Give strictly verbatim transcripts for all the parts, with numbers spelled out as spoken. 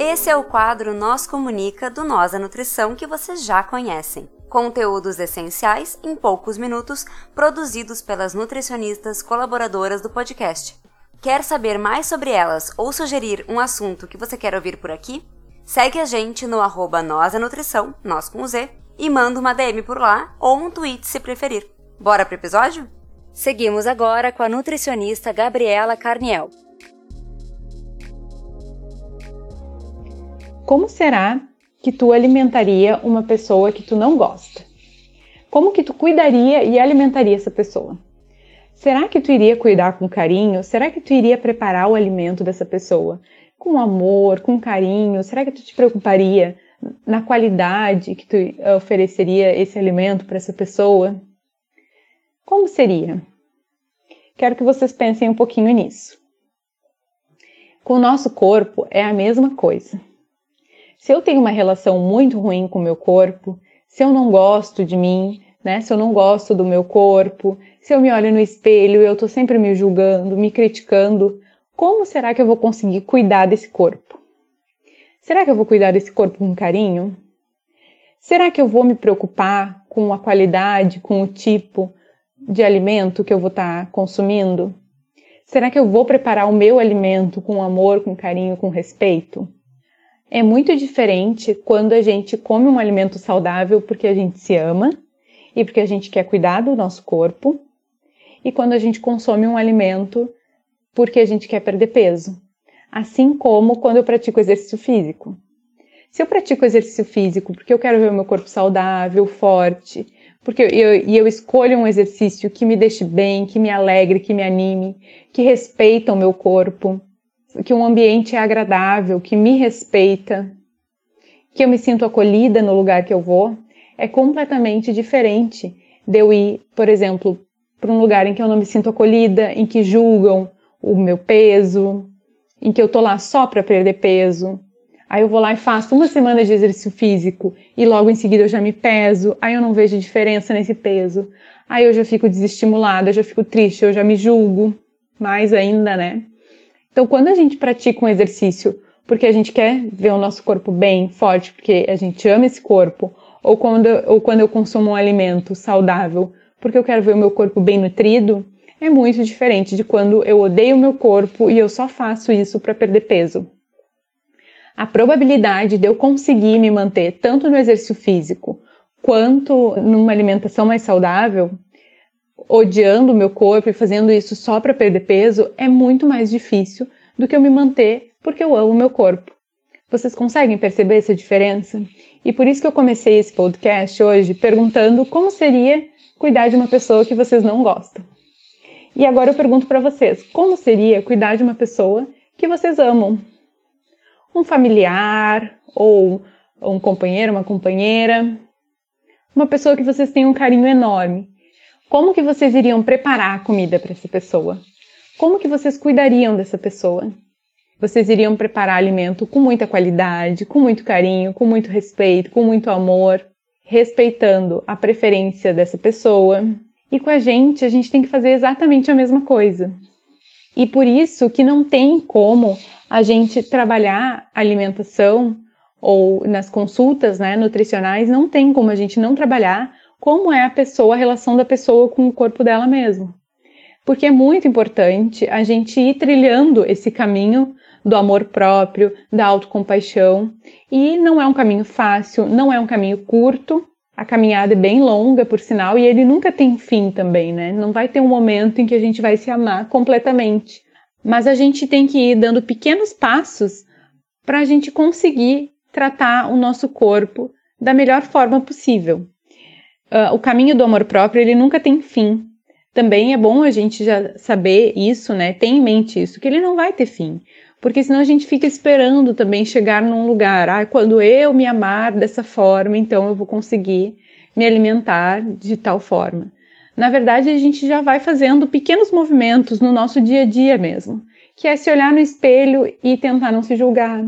Esse é o quadro Nós Comunica do Nós da Nutrição que vocês já conhecem. Conteúdos essenciais em poucos minutos, produzidos pelas nutricionistas colaboradoras do podcast. Quer saber mais sobre elas ou sugerir um assunto que você quer ouvir por aqui? Segue a gente no arroba Nós da Nutrição, nós com Z, e manda uma D M por lá ou um tweet se preferir. Bora pro episódio? Seguimos agora com a nutricionista Gabriela Carniel. Como será que tu alimentaria uma pessoa que tu não gosta? Como que tu cuidaria e alimentaria essa pessoa? Será que tu iria cuidar com carinho? Será que tu iria preparar o alimento dessa pessoa com amor, com carinho? Será que tu te preocuparia na qualidade que tu ofereceria esse alimento para essa pessoa? Como seria? Quero que vocês pensem um pouquinho nisso. Com o nosso corpo é a mesma coisa. Se eu tenho uma relação muito ruim com o meu corpo, se eu não gosto de mim, né? Se eu não gosto do meu corpo, se eu me olho no espelho e eu estou sempre me julgando, me criticando, como será que eu vou conseguir cuidar desse corpo? Será que eu vou cuidar desse corpo com carinho? Será que eu vou me preocupar com a qualidade, com o tipo de alimento que eu vou estar consumindo? Será que eu vou preparar o meu alimento com amor, com carinho, com respeito? É muito diferente quando a gente come um alimento saudável porque a gente se ama e porque a gente quer cuidar do nosso corpo, e quando a gente consome um alimento porque a gente quer perder peso. Assim como quando eu pratico exercício físico. Se eu pratico exercício físico porque eu quero ver o meu corpo saudável, forte, porque eu, e eu escolho um exercício que me deixe bem, que me alegre, que me anime, que respeita o meu corpo, que um ambiente é agradável, que me respeita, que eu me sinto acolhida no lugar que eu vou, é completamente diferente de eu ir, por exemplo, para um lugar em que eu não me sinto acolhida, em que julgam o meu peso, em que eu tô lá só para perder peso. Aí eu vou lá e faço uma semana de exercício físico e logo em seguida eu já me peso, aí eu não vejo diferença nesse peso, aí eu já fico desestimulada, eu já fico triste, eu já me julgo mais ainda, né? Então, quando a gente pratica um exercício porque a gente quer ver o nosso corpo bem, forte, porque a gente ama esse corpo, ou quando, ou quando eu consumo um alimento saudável porque eu quero ver o meu corpo bem nutrido, é muito diferente de quando eu odeio o meu corpo e eu só faço isso para perder peso. A probabilidade de eu conseguir me manter tanto no exercício físico quanto numa alimentação mais saudável, odiando o meu corpo e fazendo isso só para perder peso, é muito mais difícil do que eu me manter porque eu amo o meu corpo. Vocês conseguem perceber essa diferença? E por isso que eu comecei esse podcast hoje perguntando como seria cuidar de uma pessoa que vocês não gostam. E agora eu pergunto para vocês, como seria cuidar de uma pessoa que vocês amam? Um familiar, ou um companheiro, uma companheira, uma pessoa que vocês têm um carinho enorme. Como que vocês iriam preparar a comida para essa pessoa? Como que vocês cuidariam dessa pessoa? Vocês iriam preparar alimento com muita qualidade, com muito carinho, com muito respeito, com muito amor, respeitando a preferência dessa pessoa. E com a gente, a gente tem que fazer exatamente a mesma coisa. E por isso que não tem como a gente trabalhar a alimentação ou nas consultas, né, nutricionais, não tem como a gente não trabalhar como é a pessoa, a relação da pessoa com o corpo dela mesma. Porque é muito importante a gente ir trilhando esse caminho do amor próprio, da autocompaixão, e não é um caminho fácil, não é um caminho curto, a caminhada é bem longa, por sinal, e ele nunca tem fim também, né? Não vai ter um momento em que a gente vai se amar completamente. Mas a gente tem que ir dando pequenos passos para a gente conseguir tratar o nosso corpo da melhor forma possível. Uh, o caminho do amor próprio, ele nunca tem fim. Também é bom a gente já saber isso, né? Ter em mente isso, que ele não vai ter fim. Porque senão a gente fica esperando também chegar num lugar. Ah, quando eu me amar dessa forma, então eu vou conseguir me alimentar de tal forma. Na verdade, a gente já vai fazendo pequenos movimentos no nosso dia a dia mesmo. Que é se olhar no espelho e tentar não se julgar.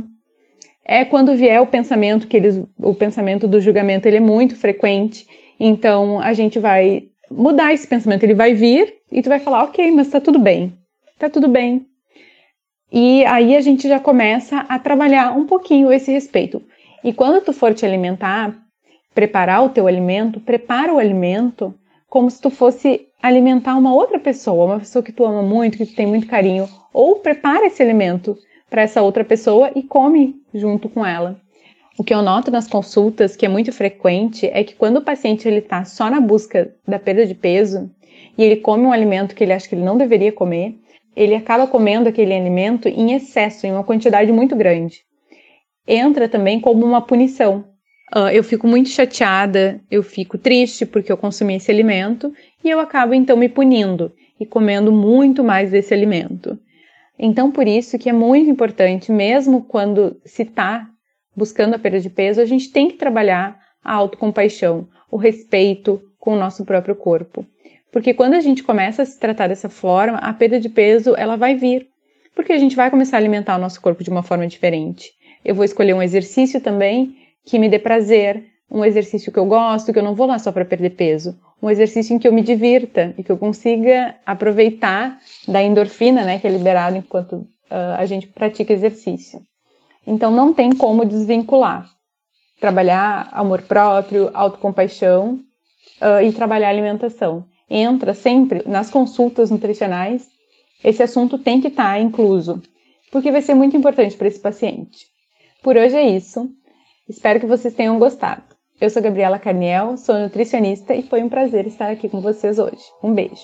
É quando vier o pensamento, que eles, o pensamento do julgamento ele é muito frequente. Então, a gente vai mudar esse pensamento. Ele vai vir e tu vai falar, ok, mas tá tudo bem. Tá tudo bem. E aí a gente já começa a trabalhar um pouquinho esse respeito. E quando tu for te alimentar, preparar o teu alimento, prepara o alimento como se tu fosse alimentar uma outra pessoa, uma pessoa que tu ama muito, que tu tem muito carinho, ou prepara esse alimento para essa outra pessoa e come junto com ela. O que eu noto nas consultas, que é muito frequente, é que quando o paciente está só na busca da perda de peso e ele come um alimento que ele acha que ele não deveria comer, ele acaba comendo aquele alimento em excesso, em uma quantidade muito grande. Entra também como uma punição. Uh, eu fico muito chateada, eu fico triste porque eu consumi esse alimento e eu acabo então me punindo e comendo muito mais desse alimento. Então por isso que é muito importante, mesmo quando se está buscando a perda de peso, a gente tem que trabalhar a autocompaixão, o respeito com o nosso próprio corpo. Porque quando a gente começa a se tratar dessa forma, a perda de peso ela vai vir, porque a gente vai começar a alimentar o nosso corpo de uma forma diferente. Eu vou escolher um exercício também que me dê prazer, um exercício que eu gosto, que eu não vou lá só para perder peso, um exercício em que eu me divirta e que eu consiga aproveitar da endorfina, né, que é liberada enquanto uh, a gente pratica exercício. Então não tem como desvincular. Trabalhar amor próprio, autocompaixão uh, e trabalhar alimentação. Entra sempre nas consultas nutricionais, esse assunto tem que estar incluso, porque vai ser muito importante para esse paciente. Por hoje é isso. Espero que vocês tenham gostado. Eu sou Gabriela Carniel, sou nutricionista e foi um prazer estar aqui com vocês hoje. Um beijo.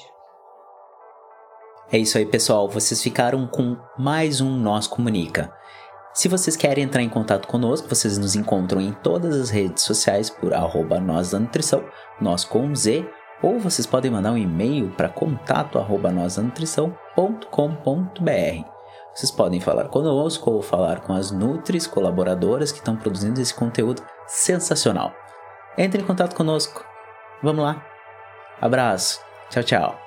É isso aí, pessoal. Vocês ficaram com mais um Nós Comunica. Se vocês querem entrar em contato conosco, vocês nos encontram em todas as redes sociais por arroba Nós da Nutrição, nós com Z, ou vocês podem mandar um e-mail para contato arroba nós da nutrição ponto com ponto b r. Vocês podem falar conosco ou falar com as Nutris colaboradoras que estão produzindo esse conteúdo sensacional. Entre em contato conosco. Vamos lá. Abraço. Tchau, tchau.